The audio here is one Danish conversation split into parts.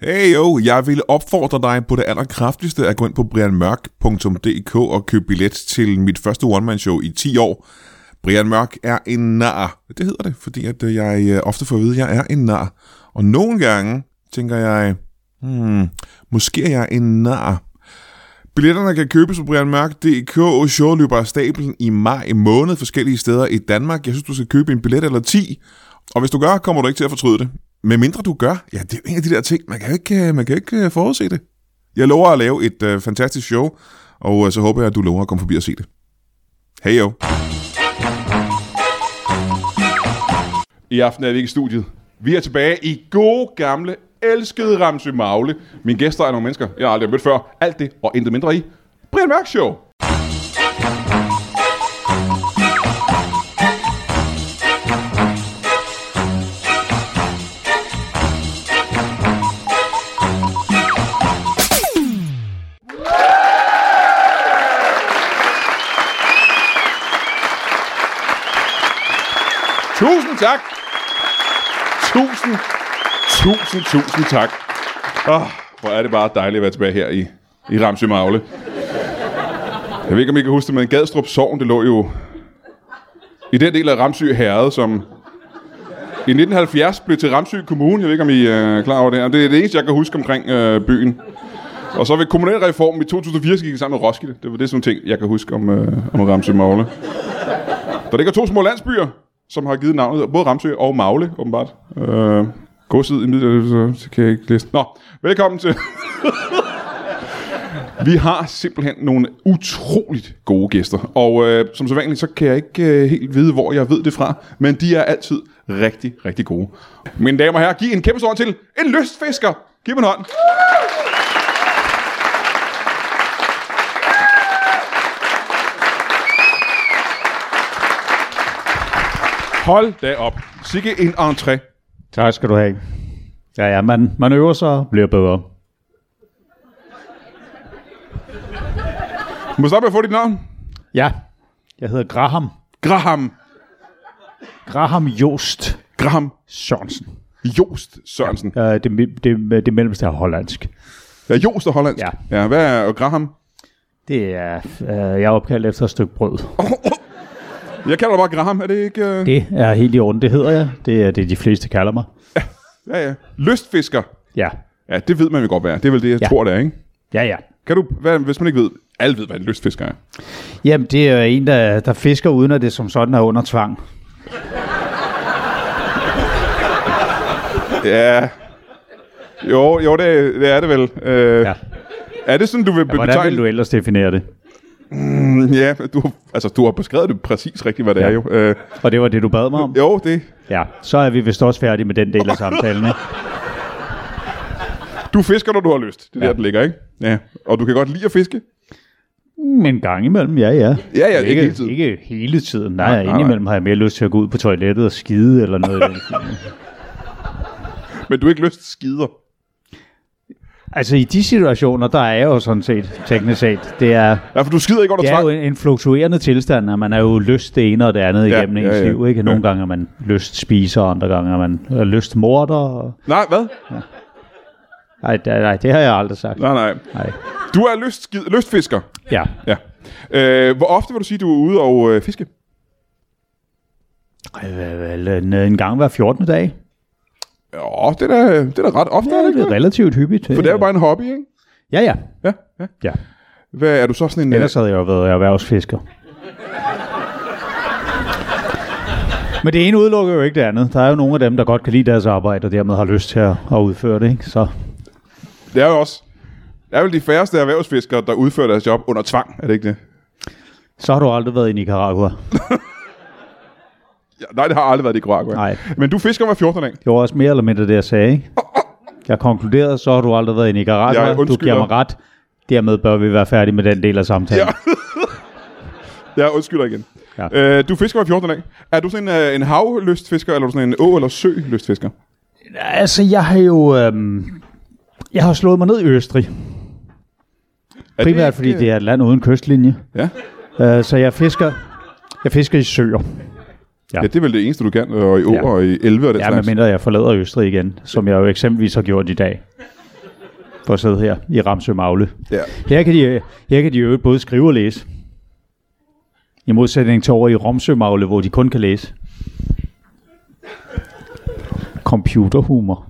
Hey jo, jeg ville opfordre dig på det allerkraftigste at gå ind på brianmørk.dk og købe billet til mit første one-man-show i 10 år. Brian Mørk er en nar. Det hedder det, fordi at jeg ofte får at vide, at jeg er en nar. Og nogle gange tænker jeg, måske er jeg en nar. Billetterne kan købes på brianmørk.dk, og showet løber af stablen i maj måned forskellige steder i Danmark. Jeg synes, du skal købe en billet eller 10. Og hvis du gør, kommer du ikke til at fortryde det. Men mindre du gør, ja, det er jo en af de der ting, man kan ikke forudse det. Jeg lover at lave et fantastisk show, og så håber jeg, at du lover at komme forbi og se det. Hej jo. I aften er vi ikke i studiet. Vi er tilbage i gode, gamle, elskede Ramsø Magle. Mine gæster er nogle mennesker, jeg har aldrig mødt før. Alt det og intet mindre i Brian Mørk Show. Tusind tak. Tusind tak. Hvor er det bare dejligt at være tilbage her i Ramsø Magle. Jeg ved ikke, om I kan huske det, men Gadstrup Sogn, det lå jo i den del af Ramsø Herred, som i 1970 blev til Ramsø Kommune. Jeg ved ikke, om I er klar over det her. Det er det eneste, jeg kan huske omkring byen. Og så ved kommunalreformen i 2004 gik sammen med Roskilde. Det var det sådan ting, jeg kan huske om Ramsø Magle. Der ligger 2 små landsbyer, som har givet navnet både Ramsø og Magle, åbenbart. Godsid i midten, så kan jeg ikke læse. Nå, velkommen til. Vi har simpelthen nogle utroligt gode gæster. Og som så vanligt, så kan jeg ikke helt vide, hvor jeg ved det fra. Men de er altid rigtig, rigtig gode. Mine damer og herrer, giv en kæmpe stor hånd til en lystfisker. Giv mig en hånd. Hold da op. Sikke en entré. Tak skal du have. Ja, man øver sig og bliver bedre. Må jeg starte med at få dit navn? Ja, jeg hedder Graham Joost. Graham Sørensen. Joost Sørensen. Ja, det mellemste er hollandsk. Ja, Joost og hollandsk. Ja, hvad er Graham? Det er, jeg er opkaldt efter et stykke brød. Jeg kalder dig bare Graham, er det ikke? Det er helt i orden, det hedder jeg. Det er det, de fleste kalder mig. Ja. Lystfisker. Ja. Ja, det ved man jo godt være. Det er vel det, jeg tror, det er, ikke? Ja. Kan du, hvis man ikke ved, alle ved, hvad en lystfisker er? Jamen, det er en, der fisker uden at det som sådan er under tvang. Ja. Jo, det er det vel. Ja. Er det sådan, du vil betegne? Hvordan vil du ellers definere det? Ja, du har beskrevet det præcis rigtigt, hvad det er jo. Og det var det, du bad mig om? Jo, det. Ja, så er vi vist også færdige med den del af samtalen, ikke? Du fisker, når du har lyst. Det er der, det ligger, ikke? Ja. Og du kan godt lide at fiske? En gang imellem, ja. Ja, ikke hele tiden. Ikke hele tiden. Nej, indimellem har jeg mere lyst til at gå ud på toilettet og skide eller noget. Men du har ikke lyst til skider? Altså i de situationer, der er jeg jo sådan set, teknisk set, det er... Ja, for du skider ikke under tvang. Det er jo en fluktuerende tilstand, at man er jo lyst det ene og det andet igennem ens liv, ikke? Nogle gange er man lyst spiser, andre gange er man lyst morder. Og... Nej, hvad? Ja. Nej, det har jeg aldrig sagt. Nej. Du er lystfisker? Ja. Hvor ofte vil du sige, du er ude og fiske? En gang hver 14. dag. Ja, det er da ret ofte. Ja, det er relativt hyppigt. For det er jo bare en hobby, ikke? Ja. Hvad er du så sådan en... Ellers havde jeg jo været erhvervsfisker. Men det ene udelukker jo ikke det andet. Der er jo nogle af dem, der godt kan lide deres arbejde, og dermed har lyst til at udføre det, ikke? Så. Det er jo også... Det er vel de færreste erhvervsfiskere, der udfører deres job under tvang, er det ikke det? Så har du aldrig været i Nicaragua. Nej, det har aldrig været i Nicaragua. Nej. Men du fisker hver 14. dag. Det var også mere eller mindre det, jeg sagde, ikke? Jeg konkluderede, så har du aldrig været i Nicaragua. Du giver mig ret. Dermed bør vi være færdige med den del af samtalen. Jeg undskylder igen. Ja. Du fisker hver 14. dag. Er du sådan en havlystfisker, eller er du sådan en å- eller sø-lystfisker? Altså, jeg har jo... jeg har slået mig ned i Østrig. Primært fordi det er et land uden kystlinje. Ja. Så jeg fisker i søer. Ja, det er vel det eneste, du kan, og i åer og i elve og det slags. Ja, medmindre jeg forlader Østrig igen, som jeg jo eksempelvis har gjort i dag. for at sidde her i Ramsø Magle. Ja. Her kan de jo både skrive og læse. I modsætning til over i Ramsø Magle, hvor de kun kan læse. Computerhumor.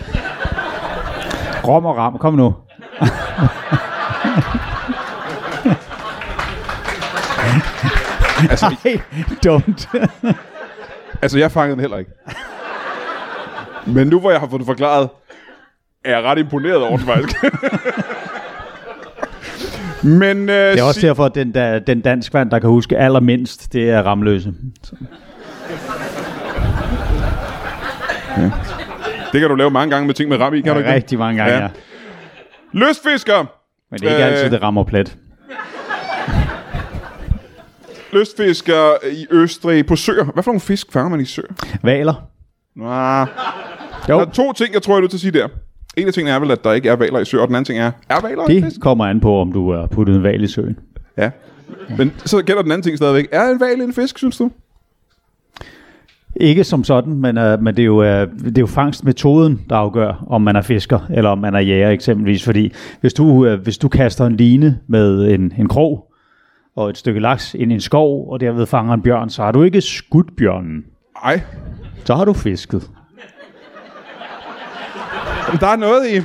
Rom og ram, kom nu. Altså, don't. Altså, jeg fangede den heller ikke. Men nu, hvor jeg har fået det forklaret, er jeg ret imponeret over det, faktisk. Men, det er også derfor, at den danskvand, der kan huske allermindst, det er Ramløse. Så. Ja. Det kan du lave mange gange med ting med ram i, kan du ikke? Rigtig mange gange, ja. Lystfisker! Men det er ikke altid, det rammer plet. Lystfisker i Østrig på søer. Hvad for nogle fisk fanger man i søer? Valer. Der er 2 ting, jeg tror, jeg er nødt til at sige der. En af tingene er vel, at der ikke er valer i søer, og den anden ting er valer i fisk? Det kommer an på, om du har puttet en val i søen. Ja. Men så gælder den anden ting stadigvæk. Er en val en fisk, synes du? Ikke som sådan, men det er jo fangstmetoden, der afgør, om man er fisker, eller om man er jæger eksempelvis. Fordi hvis du kaster en line med en krog, og et stykke laks ind i en skov, og derved fanger en bjørn, så har du ikke skudt bjørnen. Nej. Så har du fisket. Der er noget i...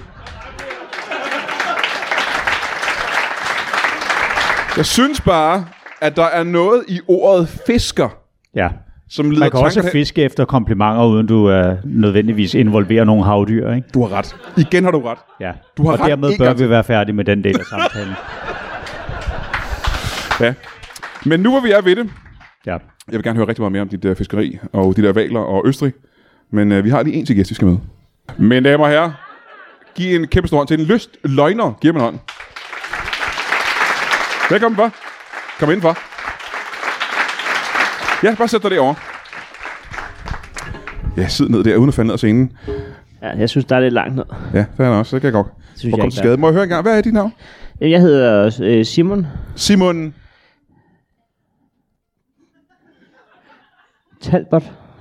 Jeg synes bare, at der er noget i ordet fisker. Ja. Som man kan også fiske efter komplimenter, uden du nødvendigvis involverer nogle havdyr, ikke? Du har ret. Igen har du ret. Ja. Du har og ret dermed bør vi være færdige med den del af samtalen. Ja. Men nu hvor vi er ved det. Ja. Jeg vil gerne høre rigtig meget mere om dit fiskeri og de der valer og Østrig. Men vi har lige en til gæst, vi skal med. Men damer og herrer, giv en kæmpe stor hånd til en lystløgner. Giv mig en hånd. Velkommen for. Kom indenfor. Ja, bare sæt dig derovre. Ja, sid ned der, uden at falde ned af scenen. Ja, jeg synes, der er lidt langt ned. Ja, det er også. Det kan jeg godt. Hvor kom til skade. Må jeg høre engang, hvad er dit navn? Jeg hedder Simon. Simon Talbot.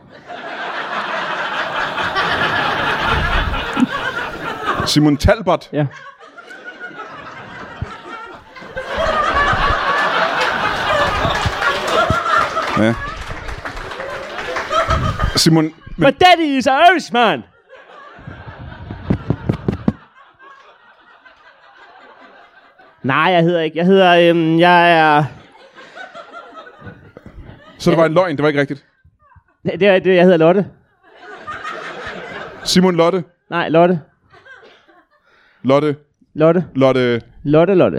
Simon Talbot? Ja. Ja. Simon... My daddy is Irishman! Nej, jeg hedder ikke. Jeg er... Så det var en løgn, det var ikke rigtigt? Det er det, jeg hedder Lotte. Simon Lotte? Nej, Lotte. Lotte? Lotte. Lotte? Lotte, Lotte.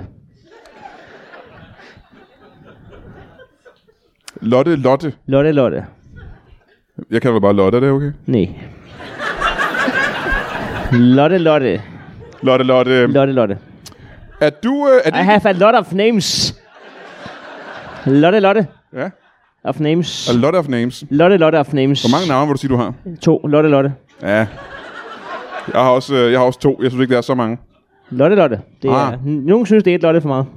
Lotte, Lotte? Lotte, Lotte. Jeg kalder dig bare Lotte, er det okay? Nej. Lotte, Lotte. Lotte, Lotte. Lotte, Lotte. Er du... I have a lot of names. Lotte, Lotte. Ja. Of names. A lot of names. Lotte, Lotte of names. Hvor mange navne vil du sige, du har? 2. Lotte, Lotte. Ja. Jeg har også 2. Jeg synes ikke, det er så mange. Lotte, Lotte. Det er, nogen synes, det er et Lotte for meget.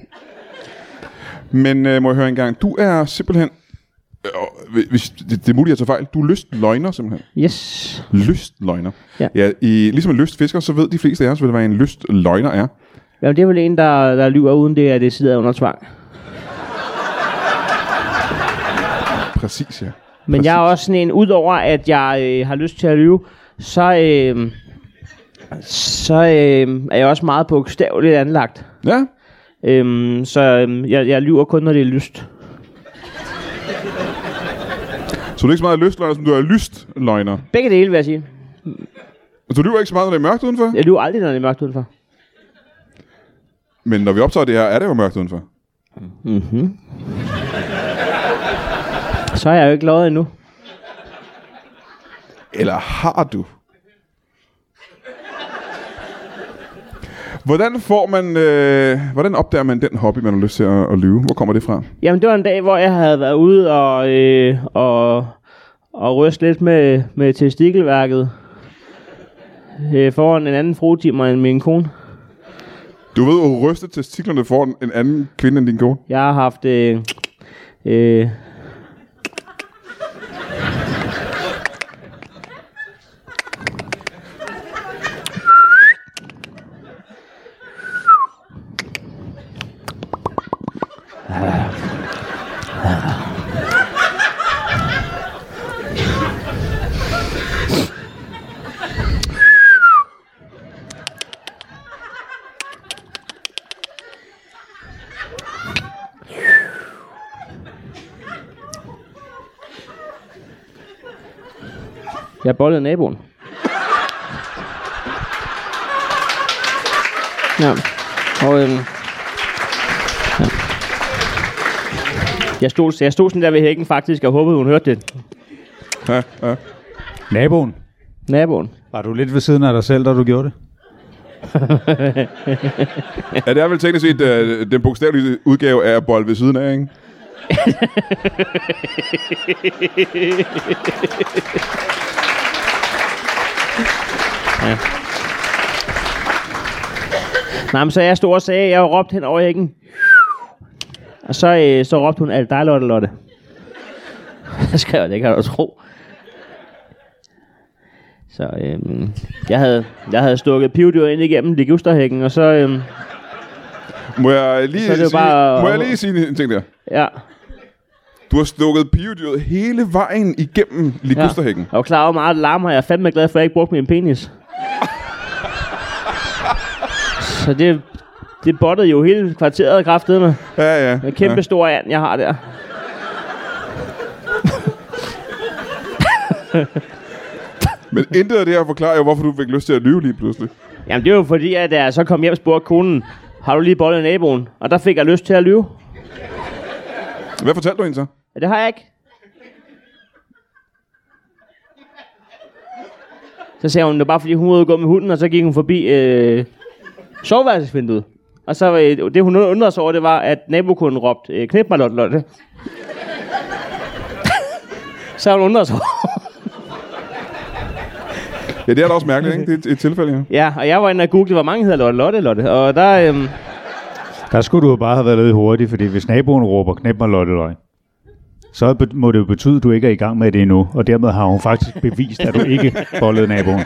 Men må jeg høre engang. Du er simpelthen... hvis det er muligt at tage fejl. Du er lystløgner simpelthen. Yes. Lystløgner. Ja. Ja, ligesom en lystfisker, så ved de fleste af os, hvad en lystløgner er. Jamen, det er vel en, der lyver uden det, at det sidder under tvang. Præcis, ja. Men Præcis. jeg er også sådan en, udover at jeg har lyst til at lyve, så er jeg også meget bogstaveligt anlagt. Ja. Jeg lyver kun, når det er lyst. Så du er ikke så meget lystløgner, som du er lystløgner? Begge dele, vil jeg sige. Så du lyver ikke så meget, når det er mørkt udenfor? Jeg lyver aldrig, når det er mørkt udenfor. Men når vi optager det her, er det jo mørkt udenfor? Mhm. Så har jeg jo ikke lovet endnu. Eller har du? Hvordan opdager man den hobby, man har lyst til at lyve? Hvor kommer det fra? Jamen, det var en dag, hvor jeg havde været ude og ryste lidt med testikelværket foran en anden fruetimer end min kone. Du ved at ryste testiklerne foran en anden kvinde end din kone? Jeg har haft... Jeg bollede naboen. Ja. Og ja. Jeg stod sådan der ved hækken faktisk, og håbede, hun hørte det. Ja. Naboen. Var du lidt ved siden af dig selv, da du gjorde det? Ja, det er vel teknisk set den bogstavelige udgave af bold ved siden af, ikke? Ja. Nej, men så jeg stod og sagde, jeg råbte hen over hækken. Og så råbte hun, alt dig, Lotte. Så skrev jeg, det kan du tro. Så jeg havde stukket pivdyr ind igennem ligusterhækken, og så... Må jeg lige sige en ting der? Ja. Du har stukket pivdyret hele vejen igennem ligusterhækken. Ja. Og klar over meget larmer, jeg er fandme glad for, at jeg ikke brugte min penis. Så det bottede jo hele kvarteret kraftedeme med. Ja. En kæmpe stor and, jeg har der. Men intet af det her forklarer jo, hvorfor du fik lyst til at lyve lige pludselig. Jamen det er jo fordi, at jeg så kom hjem og spurgte konen, har du lige bollet naboen? Og der fik jeg lyst til at lyve. Hvad fortalte du hende så? Ja, det har jeg ikke. Så sagde hun, det var bare fordi hun var ude gå med hunden, og så gik hun forbi soveværelsesvinduet. Og så det hun undrede sig over, det var, at nabokonen råbte, knip mig, Lotte. Så hun undrede sig over. Ja, det er da også mærkeligt, ikke? Det er et tilfælde, ja. Ja, og jeg var inde og google, hvor mange hedder Lotte. Og der... Der skulle du jo bare have været lidt hurtig, fordi hvis naboen råber, knip mig, Lotte, så må det jo betyde, at du ikke er i gang med det endnu. Og dermed har hun faktisk bevist, at du ikke bollede naboen.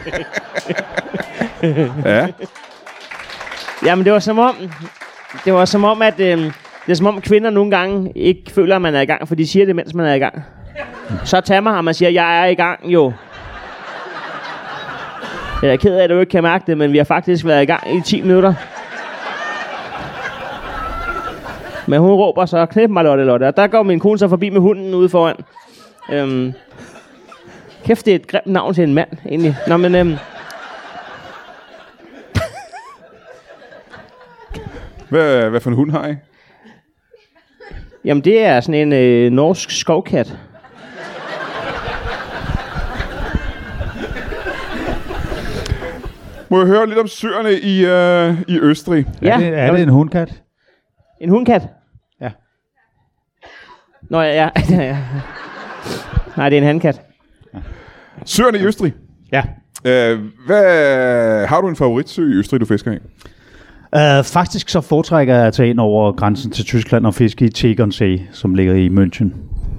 Ja. Jamen, det var som om, at det er som om kvinder nogle gange ikke føler, at man er i gang, for de siger det, mens man er i gang. Så tager man ham og siger, jeg er i gang, jo. Jeg er ked af, at du ikke kan mærke det, men vi har faktisk været i gang i 10 minutter. Men hun råber så, knip mig, Lotte. Og der går min kone så forbi med hunden ude foran. Kæft, det er et grimt navn til en mand, egentlig. Nå, men... Hvad for en hund har I? Jamen, det er sådan en norsk skovkat. Må jeg høre lidt om søerne i Østrig? Ja. Er det en hundkat? En hundkat? Ja. Nå, ja. Nej, det er en hankat. Ja. Søerne i Østrig? Ja. Har du en favoritsø i Østrig, du fisker i? Faktisk så foretrækker jeg at tage ind over grænsen til Tyskland og fiske i Tegernsee, som ligger i München.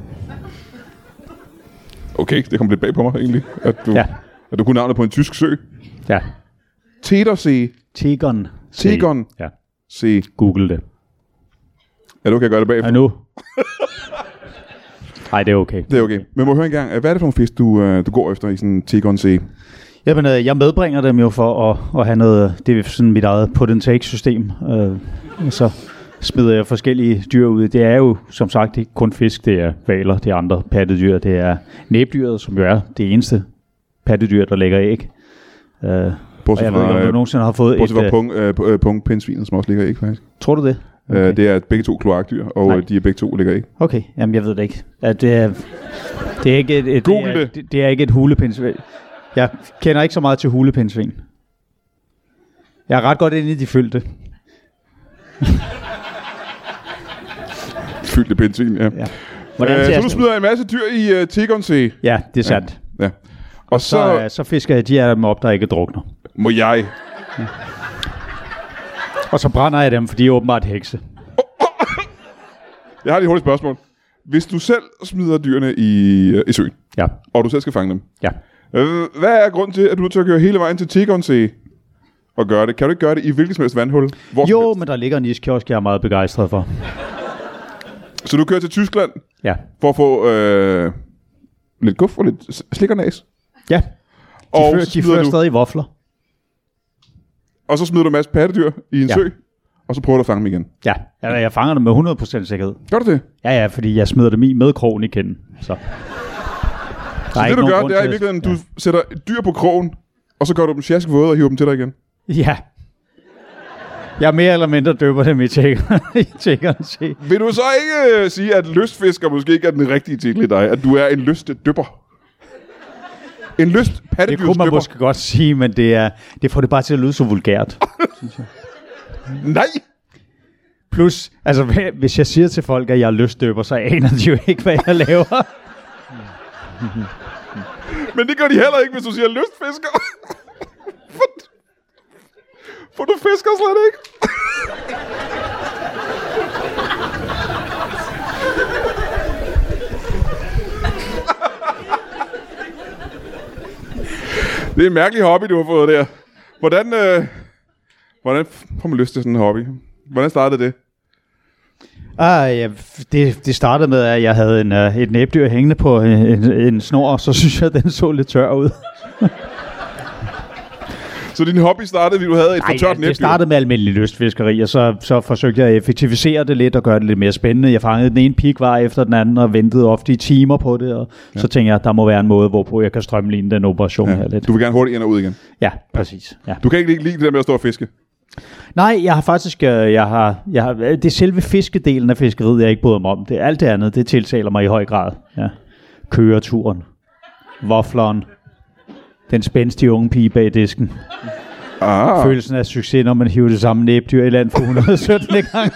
Okay, det kom lidt bag på mig egentlig, at du kunne navnet på en tysk sø. Ja. Tegernsee. Tegernsee. Ja. Se. Google det. Ja, du kan gøre det bagefter. Ja, nu. Nej, det er okay. Det er okay. Men må jeg høre engang, hvad er det for en fisk, du går efter i sådan Tegernsee? Jamen, jeg medbringer dem jo for at have noget, det er sådan mit eget put-and-take-system. Og så smider jeg forskellige dyr ud. Det er jo, som sagt, ikke kun fisk, det er hvaler, det er andre pattedyr. Det er næbdyret, som jo er det eneste pattedyr, der lægger æg. Bortset jeg ved ikke, om du nogensinde har fået et... Pungpindsvinen, som også ligger æg, faktisk. Tror du det? Okay. Det er begge to kloakdyr, og de er begge to ligger æg. Okay, jamen jeg ved det ikke. Det er ikke et... Det er ikke et hulepindsvin. Jeg kender ikke så meget til hulepindsvin. Jeg er ret godt inde i de fyldte. Fyldte pindsvin, ja. Så du smider en masse dyr i Tegernsee. Ja, det er sandt. Ja. Og så fisker jeg de af dem op, der ikke drukner. Må jeg? Ja. Og så brænder jeg dem, for de er åbenbart hekse. Jeg har lige et hurtigt spørgsmål. Hvis du selv smider dyrene i søen, ja, og du selv skal fange dem, ja, hvad er grunden til, at du er nødt til at køre hele vejen til Tegernsee og gøre det? Kan du ikke gøre det i hvilket som helst vandhul? Jo, men der ligger en iskiosk, jeg er meget begejstret for. Så du kører til Tyskland, ja, for at få lidt guf og lidt slik og næs? Ja, de fører stadig vafler. Og så smider du en masse pattedyr i en sø, og så prøver du at fange dem igen? Ja, jeg fanger dem med 100% sikkerhed. Gør du det? Ja, fordi jeg smider dem i med krogen i kenden. Så. Så det du gør, det er i virkeligheden, du sætter et dyr på krogen, og så gør du dem sjask våde og hiver dem til dig igen. Ja. Jeg mere eller mindre døber dem i tækkerne. Vil du så ikke sige, at lystfisker måske ikke er den rigtige titel i dig? At du er en lystdøber? En pattedyrsdøber? Det kunne man måske godt sige, men det får det bare til at lyde så vulgært, synes jeg. Nej! Plus, altså hvis jeg siger til folk, at jeg er lystdøber, så aner de jo ikke, hvad jeg laver. Men det gør de heller ikke, hvis du siger lystfisker. For du fisker slet ikke. Det er en mærkelig hobby, du har fået der. Hvordan får man lyst til sådan en hobby? Hvordan startede det? Det startede med, at jeg havde et næbdyr hængende på en snor, og så synes jeg, at den så lidt tør ud. Så din hobby startede, fordi du havde et for tørt næbdyr? Det startede med almindelig lystfiskeri, og så forsøgte jeg at effektivisere det lidt og gøre det lidt mere spændende. Jeg fangede den ene pigvar efter den anden og ventede ofte i timer på det, og så tænkte jeg, at der må være en måde, hvorpå jeg kan strømline den operation her lidt. Du vil gerne hurtigt ind og ud igen? Ja, præcis. Ja. Du kan ikke lide det der med at stå og fiske? Nej, jeg har faktisk, det er selve fiskedelen af fiskeriet, jeg ikke bryder mig om. Det alt det andet, det tiltaler mig i høj grad. Ja. Køreturen, vafleren, den spændstige unge pige bag disken. Følelsen af succes, når man hiver det samme næbdyr i land for 117 gang.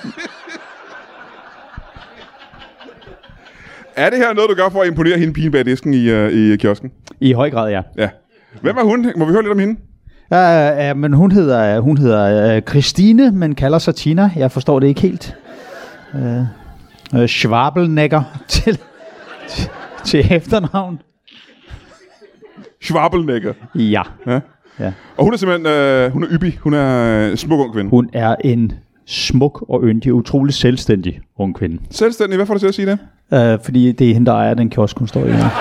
Er det her noget, du gør for at imponere hende pigen bag disken i kiosken? I høj grad, ja. Hvem er hun? Må vi høre lidt om hende? Men hun hedder Christine, men kalder sig Tina. Jeg forstår det ikke helt. Schwabelnecker til efternavn. Schwabelnecker? Ja. Og hun er simpelthen, hun er yppig. Hun er en smuk ung kvinde. Hun er en smuk og yndig, utrolig selvstændig ung kvinde. Selvstændig? Hvad får du til at sige det? Fordi det er hende, der ejer den kiosk, hun står i. Ja.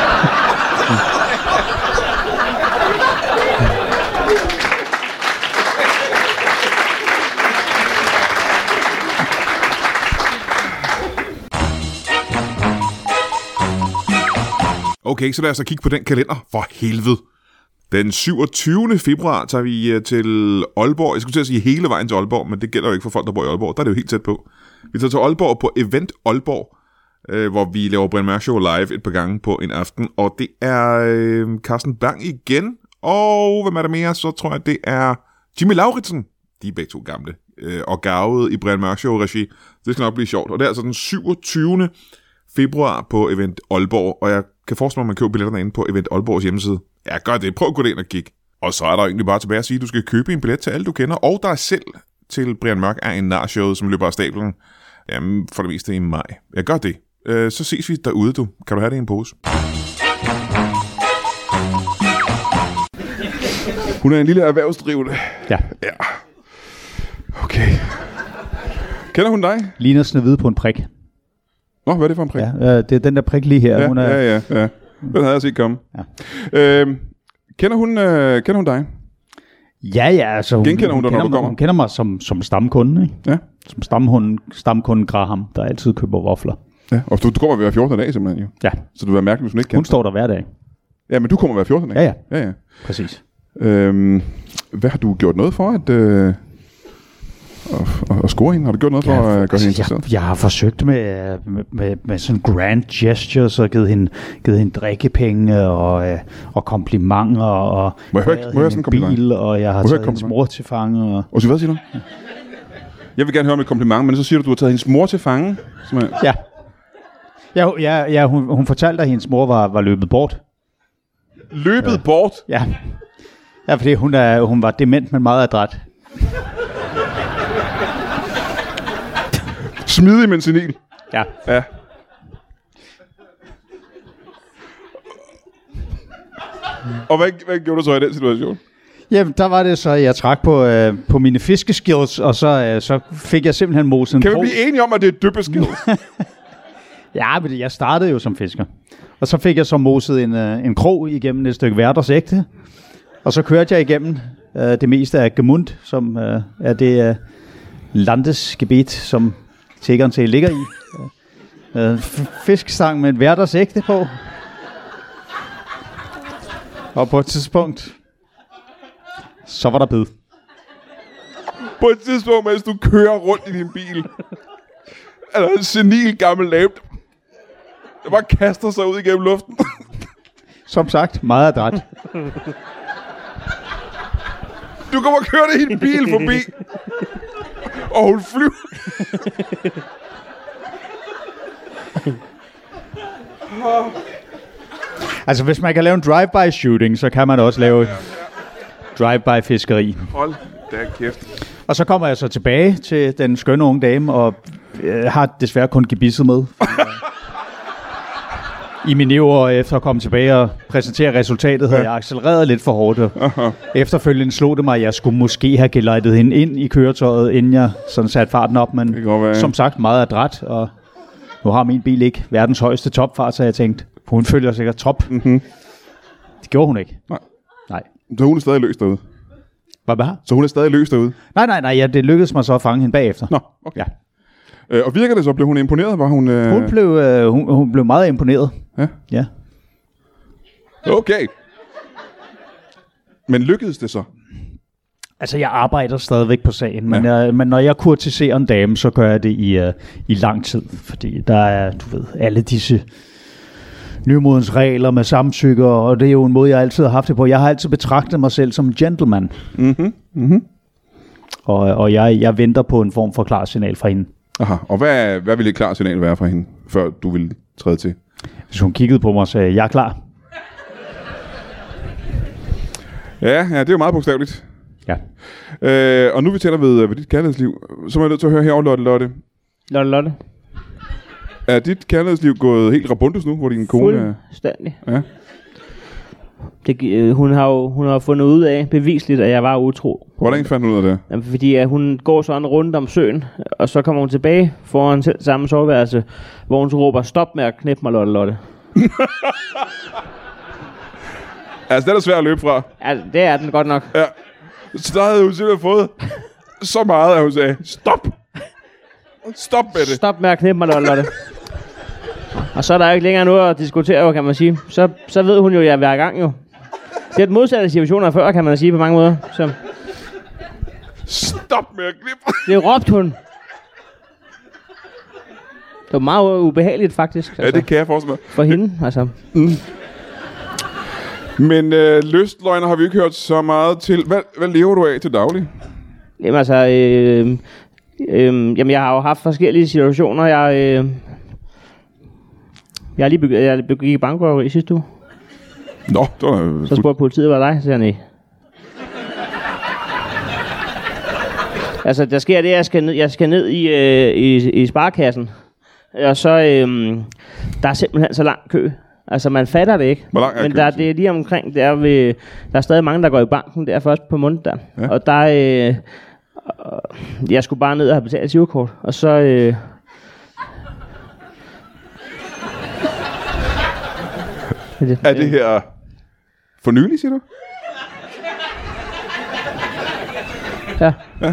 Okay, så lad os kigge på den kalender. For helvede. Den 27. februar tager vi til Aalborg. Jeg skulle til at sige hele vejen til Aalborg, men det gælder jo ikke for folk, der bor i Aalborg. Der er det jo helt tæt på. Vi tager til Aalborg på Event Aalborg, hvor vi laver Brian Mørk Show live et par gange på en aften. Og det er Carsten Bang igen. Og hvem er der mere? Så tror jeg, det er Jimmy Lauritsen. De er begge to gamle og garvede i Brian Mørk Show-regi. Det skal nok blive sjovt. Og det er altså den 27. februar på Event Aalborg, og jeg kan forestille mig, at man køber billetterne inde på Event Aalborgs hjemmeside. Ja, gør det. Prøv at gå ind og kigge. Og så er der egentlig bare tilbage at sige, at du skal købe en billet til alle, du kender, og dig selv til Brian Mørk er en nar-show, som løber af stablen. Jamen, for det meste i maj. Ja, gør det. Så ses vi derude, du. Kan du have det i en pose? Hun er en lille erhvervsdrivende. Ja. Okay. Kender hun dig? Ligner Snehvide på en prik. Nå, hvad er det for en prik? Ja, det er den der prik lige her. Ja, hun er... ja. Den havde jeg set komme. Ja. Kender hun dig? Ja, altså genkender hun dig, når du kommer? Hun kender mig som stamkunde, ikke? Ja. Som stamkunden Graham, der altid køber vafler. Ja, og du kommer hver 14 dage simpelthen jo. Ja. Så du vil være mærkelig, hvis hun ikke kender. Hun står der hver dag. Ja, men du kommer hver 14 dage. Ja. Præcis. Hvad har du gjort noget for at score hende? Har du gjort noget for at gøre hende interesseret? Jeg har forsøgt med sådan grand gestures og givet hende drikkepenge og komplimenter og må jeg høre sådan en bil, og jeg har taget hendes mor til fange. Og så hvad siger du? Jeg vil gerne høre om et kompliment, men så siger du har taget hendes mor til fange? Ja, hun fortalte, at hendes mor var løbet bort. Løbet bort? Ja. Ja, fordi hun var dement, men meget adræt. Smidig, men senil. Ja. Og hvad gjorde du så i den situation? Jamen, der var det så, jeg trak på mine fiskeskills, og så fik jeg simpelthen moset en krog. Kan vi blive enige om, at det er dyppeskills? Ja, men jeg startede jo som fisker. Og så fik jeg så moset en krog igennem et stykke Werdersegte. Og så kørte jeg igennem det meste af Gemund, som er det landesgebiet, som Tegernsee ligger i. Fiskestang med en Werdersegte på. Og på et tidspunkt, så var der bid. På et tidspunkt, mens du kører rundt i din bil, er der en senil gammel dame, der bare kaster sig ud igennem luften. Som sagt, meget adræt. Du kommer kørende i en bil forbi, og hun flyver. Altså, hvis man kan lave en drive-by shooting, så kan man også lave drive-by fiskeri. Hold da kæft. Og så kommer jeg så tilbage til den skønne unge dame, og har desværre kun gebisset med. I mine 9 år efter at komme tilbage og præsentere resultatet, havde jeg accelereret lidt for hårdt. Efterfølgende slog det mig, at jeg skulle måske have gelejtet hende ind i køretøjet, inden jeg sådan satte farten op. Men som sagt, meget adræt, og nu har min bil ikke verdens højeste topfart, så jeg tænkte, hun følger sikkert top. Mm-hmm. Det gjorde hun ikke. Nej. Så hun er stadig løs derude? Hvad? Så hun er stadig løs derude? Nej, ja, det lykkedes mig så at fange hende bagefter. Nå, okay. Ja. Og virker det så? Blev hun imponeret? Var hun, hun blev meget imponeret. Ja. Okay. Men lykkedes det så? Altså, jeg arbejder stadigvæk på sagen, men når jeg kurtiserer en dame, så gør jeg det i lang tid. Fordi der er, du ved, alle disse nymodens regler med samtykke, og det er jo en måde, jeg altid har haft det på. Jeg har altid betragtet mig selv som en gentleman. Mm-hmm. Mm-hmm. Og jeg venter på en form for klar signal fra hende. Aha, og hvad ville et klart signal være fra hende, før du ville træde til? Hvis hun kiggede på mig og sagde, jeg er klar. Ja, det er jo meget bogstaveligt. Ja. Og nu vi tænder ved dit kærlighedsliv, så er jeg nødt til at høre herovre, Lotte. Lotte. Er dit kærlighedsliv gået helt rabundus nu, hvor din kone er... Fuldstændig. Ja. Hun har fundet ud af bevisligt, at jeg var utro. Hvordan fandt hun ud af det? Jamen, fordi at hun går sådan rundt om søen, og så kommer hun tilbage foran selv samme soveværelse, hvor hun så råber, stop med at knippe mig, Lotte. Altså, det er svært at løbe fra. Ja, det er den godt nok. Ja. Så der havde hun simpelthen fået så meget, at hun sagde, stop! Stop med det! Stop med at knippe mig, Lotte. Og så er der ikke længere noget at diskutere, kan man sige. Så ved hun jo, at jeg er hver gang jo. Det er et modsatte situationer før, kan man sige på mange måder. Så. Stop med at knippe! Det råbte hun. Det var meget ubehageligt, faktisk. Altså, ja, det kan jeg forestille mig. For hende, altså. Mm. Men lystløgner har vi ikke hørt så meget til. Hvad lever du af til daglig? Jamen altså, jeg har jo haft forskellige situationer. Jeg gik i bankrøveri sidste uge. Nå, det var... Så spurgte politiet, hvad dig? Så siger nej. Altså, der sker det, jeg skal ned i sparekassen. Og så, der er simpelthen så lang kø. Altså, man fatter det ikke. Hvor lang er men køen? det er lige omkring, der er stadig mange, der går i banken der først på måneden der. Ja. Og der jeg skulle bare ned og have betalt sivekort. Og så... Er det her for nylig, siger du? Ja.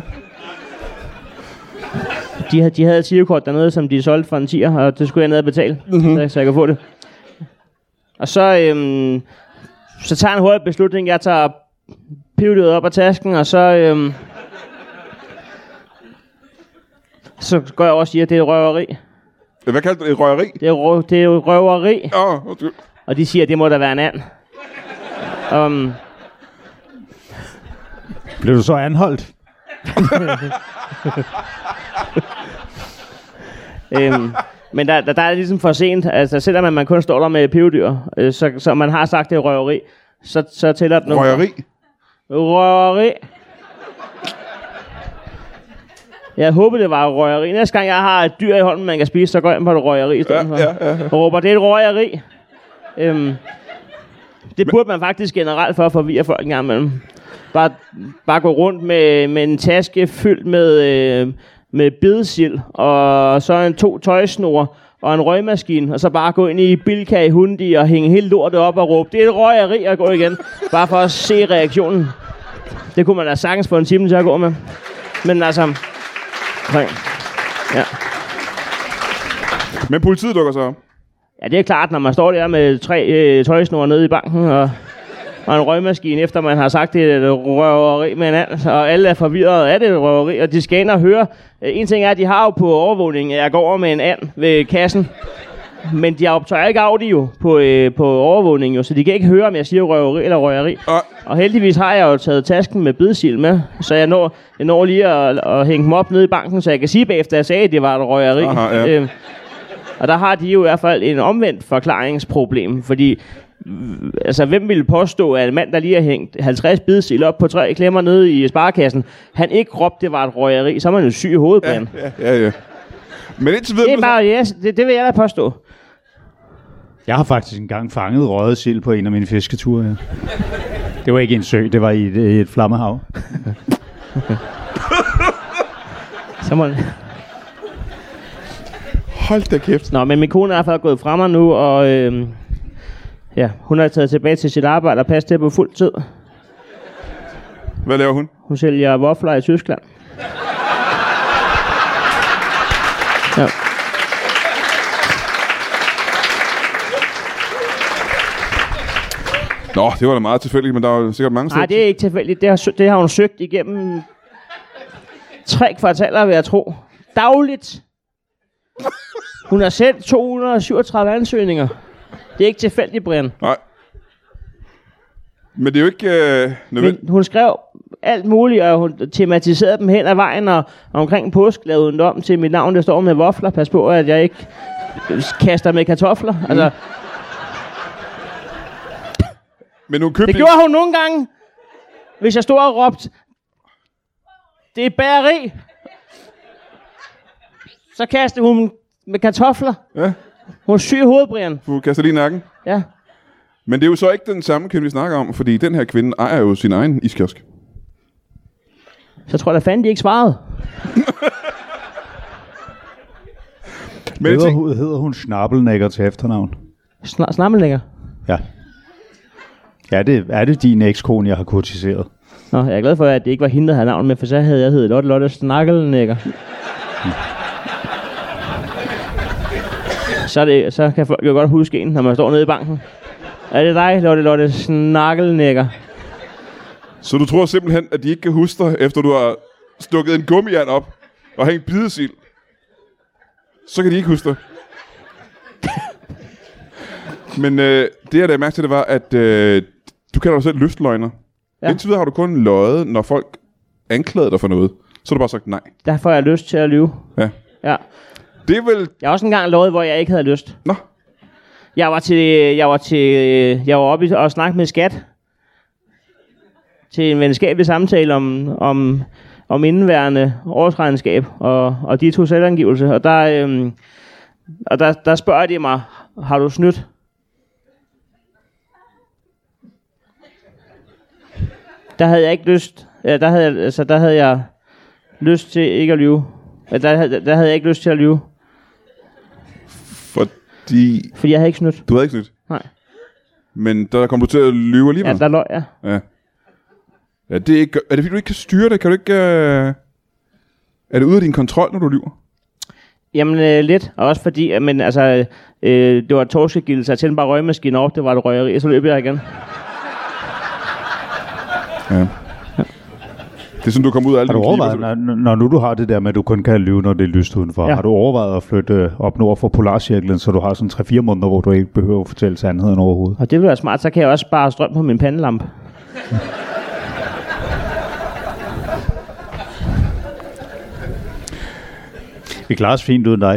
De havde et sivekort dernede, som de solgte for en 10'er, og det skulle jeg ned og betale, så jeg kan få det. Og så tager jeg en hurtig beslutning. Jeg tager pivdyret op af tasken, og så går jeg også og siger, at det er røveri. Hvad kalder du det? Røveri? Det er røveri. Okay. Og de siger, at det må da være en and. Blev du så anholdt? Men der er det ligesom for sent. Altså, selvom man kun står der med pivdyr, så man har sagt, det er røveri, så tæller det noget. Røveri. Jeg håber, det var røgeri. Næste gang, jeg har et dyr i hånden, man kan spise, så går jeg ind på et røgeri i stedet for. Ja. Og råber, det er et røgeri. Det burde man faktisk generelt for at forvirre folk en gang imellem. Bare gå rundt med en taske fyldt med bedesild, og så 2 tøjsnore og en røgmaskine, og så bare gå ind i Bilka i Hundi og hænge helt lortet op og råbe, det er et røgeri, og gå igen. Bare for at se reaktionen. Det kunne man da sagtens få en time til at gå med. Men altså... Okay. Ja. Men politiet dukker så op? Ja, det er klart, når man står der med 3 tøjsnore nede i banken, og og en røgmaskine, efter man har sagt, det er et røveri med en and, og alle er forvirrede, er det et røveri, og de skal ind og høre. En ting er, at de har jo på overvågning, at jeg går over med en and ved kassen, men de optager ikke audio på overvågning, jo, så de kan ikke høre, om jeg siger røveri eller røgeri. Og heldigvis har jeg jo taget tasken med bidsild med, så jeg når lige at hænge dem op nede i banken, så jeg kan sige bagefter, at jeg sagde, at det var et røgeri. Aha, ja. Og der har de jo i hvert fald en omvendt forklaringsproblem, fordi altså, hvem ville påstå, at en mand, der lige har hængt 50 bidsild op på 3 klemmer nede i sparekassen, han ikke råbte, det var et røgeri, så er man jo syg i hovedet, Brian. Ja. Men indtil videre... Det er bare, yes, det vil jeg da påstå. Jeg har faktisk engang fanget røget sild på en af mine fisketure. Ja. Det var ikke en sø, det var i et flammehav. Så må... Hold da kæft. Nå, men min kone er i hvert fald gået fra mig nu, og ja, hun er taget tilbage til sit arbejde og passer til på fuld tid. Hvad laver hun? Hun sælger vafler i Tyskland. Ja. Nå, det var da meget tilfældigt, men der var sikkert mange steder. Nej, det er ikke tilfældigt. Det har hun søgt igennem 3 kvartaler, vil jeg tro. Dagligt. Hun har sendt 237 ansøgninger. Det er ikke tilfældigt, Brian. Nej. Men det er jo ikke nødvendigt. Men hun skrev alt muligt, og hun tematiserede dem hen ad vejen, og omkring påsk lavede hun om til mit navn, der står med vafler. Pas på, at jeg ikke kaster med kartofler. Altså, Men hun købte det gjorde hun nogle gange, hvis jeg stod og råbte, det er bageri. Så kastede hun med kartofler. Ja. Hun er syg i hovedet, Brian. Du kaster lige i nakken. Ja. Men det er jo så ikke den samme kvinde, vi snakker om, fordi den her kvinde ejer jo sin egen iskiosk. Så tror jeg da fanden, de ikke svarede. Men Hedder hun Snabbelnækker til efternavn? Snabbelnækker? Ja. Er det din ekskone, jeg har kurtiseret? Nå, jeg er glad for, at det ikke var hende, der havde navn med, for så havde jeg heddet Lotte Snakkelnækker. Så kan folk jo godt huske en, når man står nede i banken. Er det dig, Lotte Snakkelnækker? Så du tror simpelthen, at de ikke kan huske dig, efter du har stukket en gummiand op og hængt bidesild? Så kan de ikke huske dig. Men det, jeg da mærke til, det var, at du kalder dig selv lystløgner. Ja. Indtil videre har du kun løjet, når folk anklagede dig for noget. Så har du bare sagt nej. Derfor har jeg lyst til at lyve. Ja. Ja. Det er vel... Jeg har også engang løjet, hvor jeg ikke havde lyst. Nå. Jeg var oppe og snakke med Skat. Til en venskabelig samtale om indeværende årsregnskab og de 2 selvangivelser. Og der spørger de mig, har du snydt? Der havde jeg ikke lyst. Ja, der havde jeg lyst til ikke at lyve. Der havde jeg ikke lyst til at lyve. Fordi jeg havde ikke snydt. Du havde ikke snydt? Nej. Men der kom du til at lyve alligevel? Ja, der løg jeg. Ja. Er det fordi, du ikke kan styre det? Kan du ikke... Er det ude af din kontrol, når du lyver? Jamen lidt, og også fordi, men altså, det var torskegildelse, jeg tændte bare røgmaskinen op, det var et røgeri, så løb jeg igen. Ja. Det er sådan, du kommer ud af alle Har du overvejet, når nu du har det der med, at du kun kan lyve, når det er lyst udenfor, har du overvejet at flytte op nord for Polarcirklen, så du har sådan 3-4 måneder, hvor du ikke behøver at fortælle sandheden overhovedet? Og det vil være smart, så kan jeg også spare strøm på min pandelampe. Vi klarer os fint uden dig.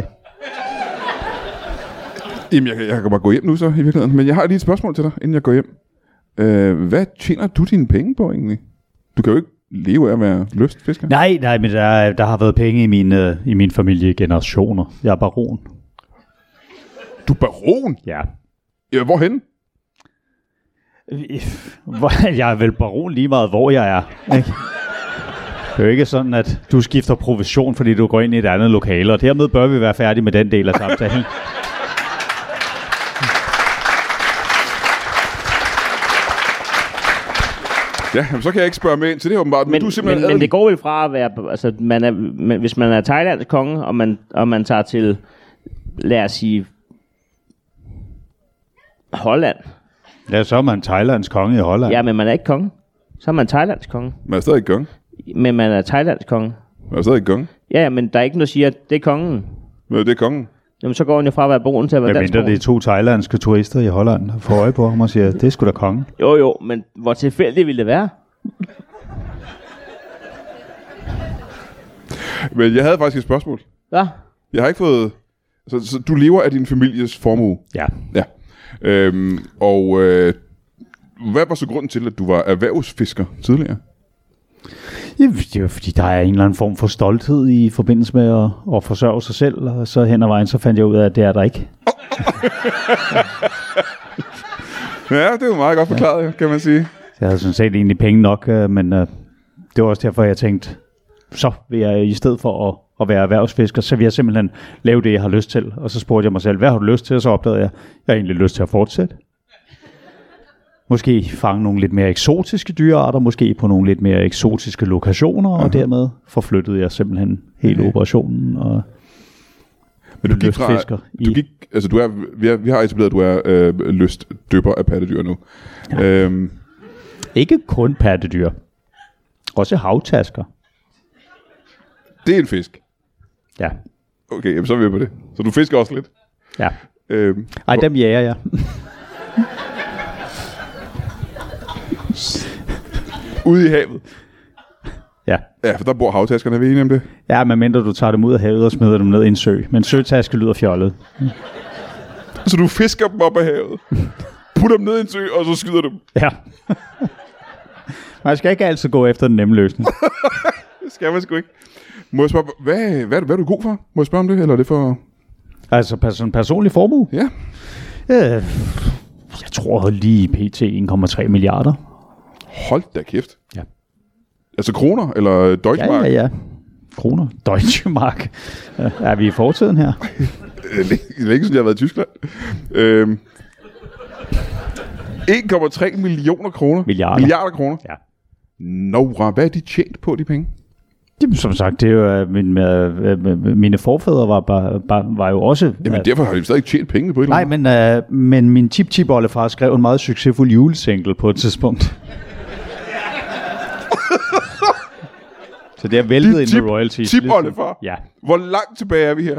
Jamen, jeg kan bare gå hjem nu så, i virkeligheden. Men jeg har lige et spørgsmål til dig, inden jeg går hjem. Hvad tjener du dine penge på egentlig? Du kan jo ikke leve af at være lystfisker. Nej, men der har været penge i min familie i generationer. Jeg er baron. Du er baron? Ja. Ja, hvorhen? Jeg er vel baron lige meget, hvor jeg er. Ikke? Det er jo ikke sådan, at du skifter provision, fordi du går ind i et andet lokale, og dermed bør vi være færdige med den del af samtalen. Ja, så kan jeg ikke spørge med ind til det åbenbart. Men det går vel fra at være... Altså, hvis man er Thailands konge, og man tager til, lad os sige, Holland, Ja, så er man Thailands konge i Holland. Ja, men man er ikke konge. Så er man Thailands konge. Man er stadig konge. Men man er Thailands konge. Man er stadig konge. Ja, men der er ikke noget, der siger, at det er kongen. Men det er kongen. Jamen, så går han jo fra at være broen til at være dansk. Men det er 2 thailandske turister i Holland, der får øje på ham og siger, det er sgu da kongen. Jo, men hvor tilfældigt ville det være? Men jeg havde faktisk et spørgsmål. Hvad? Jeg har ikke fået... Så du lever af din families formue? Ja. Ja. Hvad var så grunden til, at du var erhvervsfisker tidligere? Ja, det var fordi, der er en eller anden form for stolthed i forbindelse med at forsørge sig selv, og så hen ad vejen, så fandt jeg ud af, at det er der ikke. Ja, det er jo meget godt forklaret, kan man sige. Jeg havde sådan set egentlig penge nok, men det var også derfor, jeg tænkte, så vil jeg i stedet for at være erhvervsfisker, så vil jeg simpelthen lave det, jeg har lyst til. Og så spurgte jeg mig selv, hvad har du lyst til? Og så opdagede jeg har egentlig lyst til at fortsætte. Måske fange nogle lidt mere eksotiske dyrearter, måske på nogle lidt mere eksotiske lokationer, og dermed forflyttede jeg simpelthen hele operationen. Og men du gik fra... vi har etableret, at du er lystdypper af pattedyr nu. Ja. Ikke kun pattedyr. Også havtasker. Det er en fisk? Ja. Okay, jamen, så er vi på det. Så du fisker også lidt? Ja. Ej, dem jager jeg. Ude i havet? Ja. Ja, for der bor havtaskerne, er vi enige om det? Ja, medmindre du tager dem ud af havet og smider dem ned i en sø. Men søtaske lyder fjollet. Så du fisker dem op af havet, putter dem ned i en sø, og så skyder dem? Ja. Man skal ikke altid gå efter den nemme løsning. Det skal man sgu ikke. Må jeg spørge, hvad er du god for? Må jeg spørge om det, eller er det for... Altså personlig formue? Ja. Jeg tror lige pt. 1,3 milliarder. Hold da kæft. Ja. Altså kroner, eller Deutsche Mark? Ja. Kroner. Deutsche Mark. Er vi i fortiden her? Længe siden jeg har været i Tyskland. 1,3 millioner kroner. Milliarder kroner. Ja. Nå, hvad er de tjent på, de penge? Jamen, som sagt, det er jo, mine forfædre var jo også... Jamen, derfor har de stadig ikke tjent penge på et eller andet. Nej, men min tip-tip-oldefar skrev en meget succesfuld julesingle på et tidspunkt. Så det er væltet ind med royalties. Tip-oldefar? Ja. Hvor langt tilbage er vi her?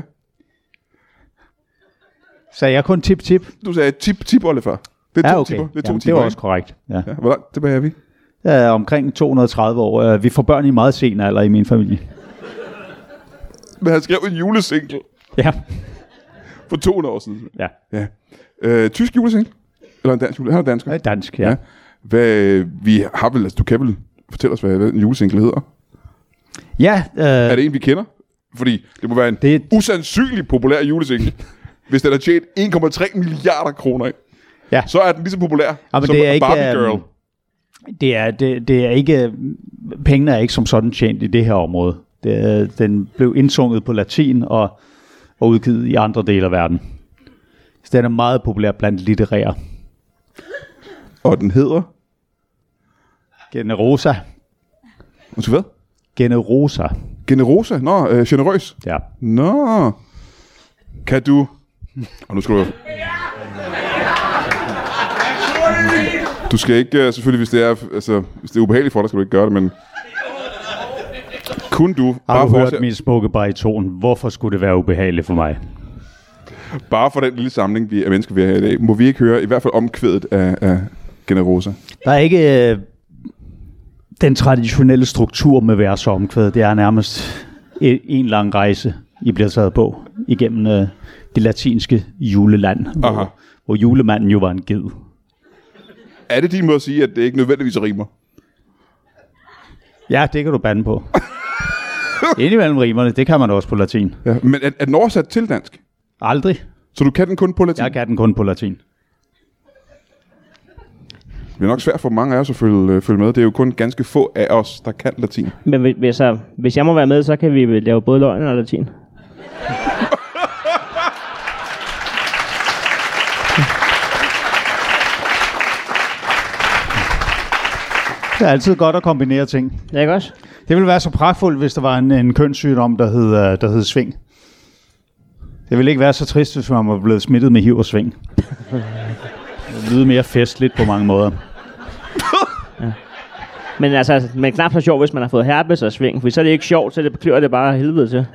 Sagde jeg kun tip-tip? Du sagde tip-tip-oldefar. Det er to okay. tipper. Det er to Jamen, tipper, det var også korrekt. Ja. Ja, hvor langt tilbage er vi? Omkring 230 år. Vi får børn i meget sen alder i min familie. Men han skrev en julesingle. Ja. For 200 år siden. Ja. Tysk julesingle? Eller en dansk julesingle? Han er dansker. Ja, dansk, ja. Vi har vel, altså, du kan vel fortælle os, hvad en julesingle hedder? Ja. Er det en, vi kender? Fordi det må være en usandsynlig populær julesingle. Hvis den har tjent 1,3 milliarder kroner i. Ja. Så er den lige så populær som det er Barbie ikke, Girl. Det er ikke... Pengene er ikke som sådan tjent i det her område. Den blev indsunget på latin og udgivet i andre dele af verden. Så den er meget populær blandt litterære. Og den hedder? Generosa. Hvad? Generosa. Generosa? Nå, generøs? Ja. Nå. Kan du... Og nu skal du... Du skal ikke, selvfølgelig, hvis det er ubehageligt for dig, skal du ikke gøre det, men... Kunne du... Har du hørt min smukke bariton? Hvorfor skulle det være ubehageligt for mig? Bare for den lille samling af mennesker, vi har her i dag, må vi ikke høre i hvert fald omkvædet af Generosa? Der er ikke den traditionelle struktur med vers og omkvæd. Det er nærmest en lang rejse, I bliver taget på igennem det latinske juleland, hvor julemanden jo var en ged. Er det din måde at sige, at det ikke nødvendigvis rimer? Ja, det kan du bande på. Indimellem rimerne, det kan man også på latin. Ja, men er den oversat til dansk? Aldrig. Så du kan den kun på latin? Jeg kan den kun på latin. Det er nok svært for mange af os at følge med. Det er jo kun ganske få af os, der kan latin. Men hvis jeg må være med, så kan vi lave både løgn og latin. Det er altid godt at kombinere ting. Ja, ikke også? Det ville være så pragtfuldt, hvis der var en kønssygdom, der hed sving. Det ville ikke være så trist, hvis man var blevet smittet med HIV og sving. lyde mere festligt på mange måder. Ja. Men altså, men knap så sjovt, hvis man har fået herpes og sving, for så er det ikke sjovt, så det klør det bare helvede til.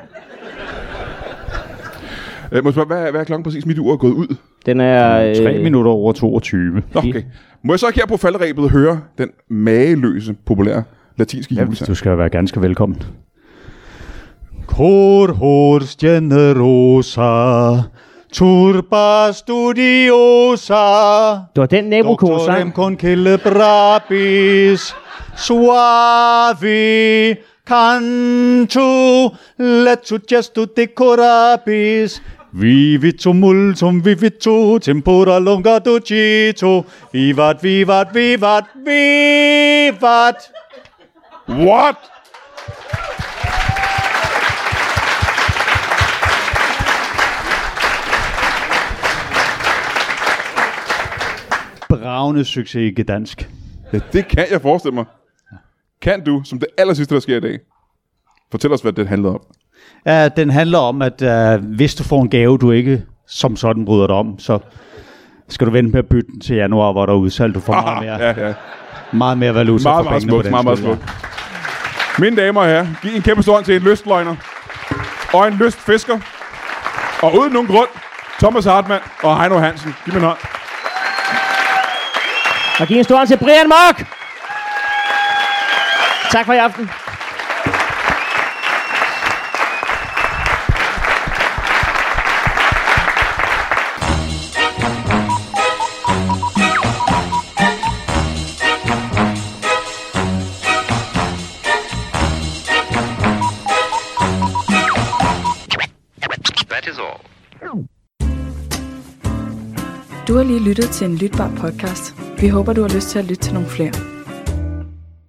Må jeg spørge, hvad er klokken præcis? Mit ur er gået ud. Den er... 3 minutter over 22. Okay. Må jeg så ikke her på falderæbet høre den mageløse, populære latinske julesang? Du skal være ganske velkommen. Cor generosa, turba studiosa. Det var den Nebuchadnezzar sang. Doctorem concile brabis, suavi cantu, letu gestu decorabis. Vivit tumultum, vivito, tempora longa docito, vivat, vivat, vivat, vivat. What? Bravende succes i Gdansk. Ja, det kan jeg forestille mig. Kan du, som det aller sidste, der sker i dag, fortæl os, hvad det handler om? Ja, den handler om, at hvis du får en gave, du ikke som sådan bryder dig om, så skal du vente med at bytte den til januar, hvor der er udsalg. Du får meget mere valuta for pengene på den. Meget smukt. Mine damer og herrer, giv en kæmpe stor hånd til en lystløgner og en lystfisker. Og uden nogen grund, Thomas Hartmann og Heino Hansen. Giv mig en hånd. Og giv en stor hånd til Brian Mørk. Tak for i aften. Du har lige lyttet til en lytbar podcast. Vi håber, du har lyst til at lytte til nogle flere.